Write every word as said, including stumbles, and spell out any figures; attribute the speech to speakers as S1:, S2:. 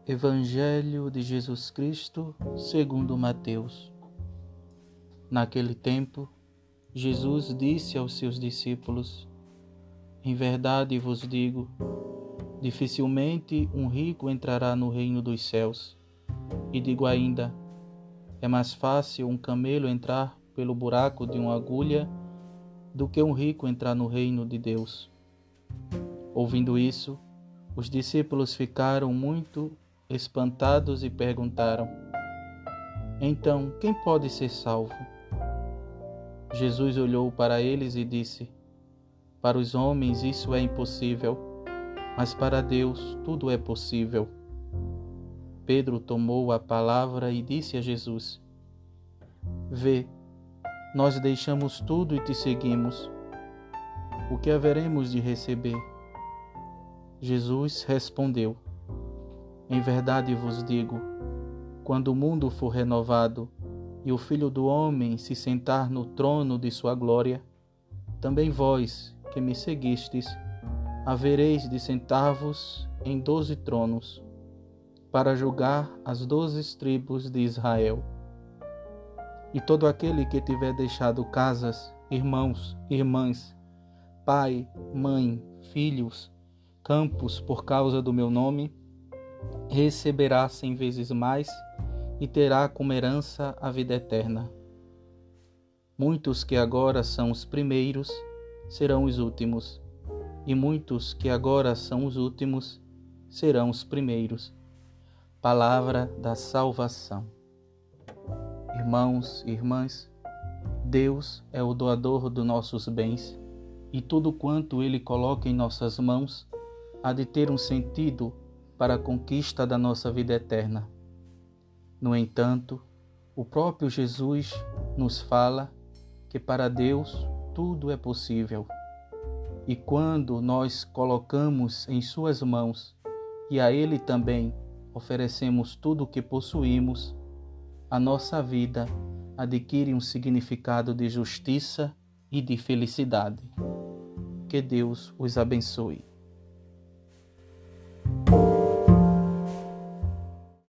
S1: Evangelho de Jesus Cristo, segundo Mateus. Naquele tempo, Jesus disse aos seus discípulos: Em verdade vos digo, dificilmente um rico entrará no reino dos céus. E digo ainda, é mais fácil um camelo entrar pelo buraco de uma agulha do que um rico entrar no reino de Deus. Ouvindo isso, os discípulos ficaram muito espantados e perguntaram: Então, quem pode ser salvo? Jesus olhou para eles e disse: Para os homens isso é impossível, mas para Deus tudo é possível. Pedro tomou a palavra e disse a Jesus: Vê, nós deixamos tudo e te seguimos. O que haveremos de receber? Jesus respondeu: Em verdade vos digo, quando o mundo for renovado e o Filho do Homem se sentar no trono de sua glória, também vós, que me seguistes, havereis de sentar-vos em doze tronos, para julgar as doze tribos de Israel. E todo aquele que tiver deixado casas, irmãos, irmãs, pai, mãe, filhos, campos por causa do meu nome, receberá cem vezes mais e terá como herança a vida eterna. Muitos que agora são os primeiros serão os últimos, e muitos que agora são os últimos serão os primeiros. Palavra da salvação. Irmãos e irmãs, Deus é o doador dos nossos bens, e tudo quanto Ele coloca em nossas mãos há de ter um sentido para a conquista da nossa vida eterna. No entanto, o próprio Jesus nos fala que para Deus tudo é possível. E quando nós colocamos em suas mãos e a Ele também oferecemos tudo o que possuímos, a nossa vida adquire um significado de justiça e de felicidade. Que Deus os abençoe.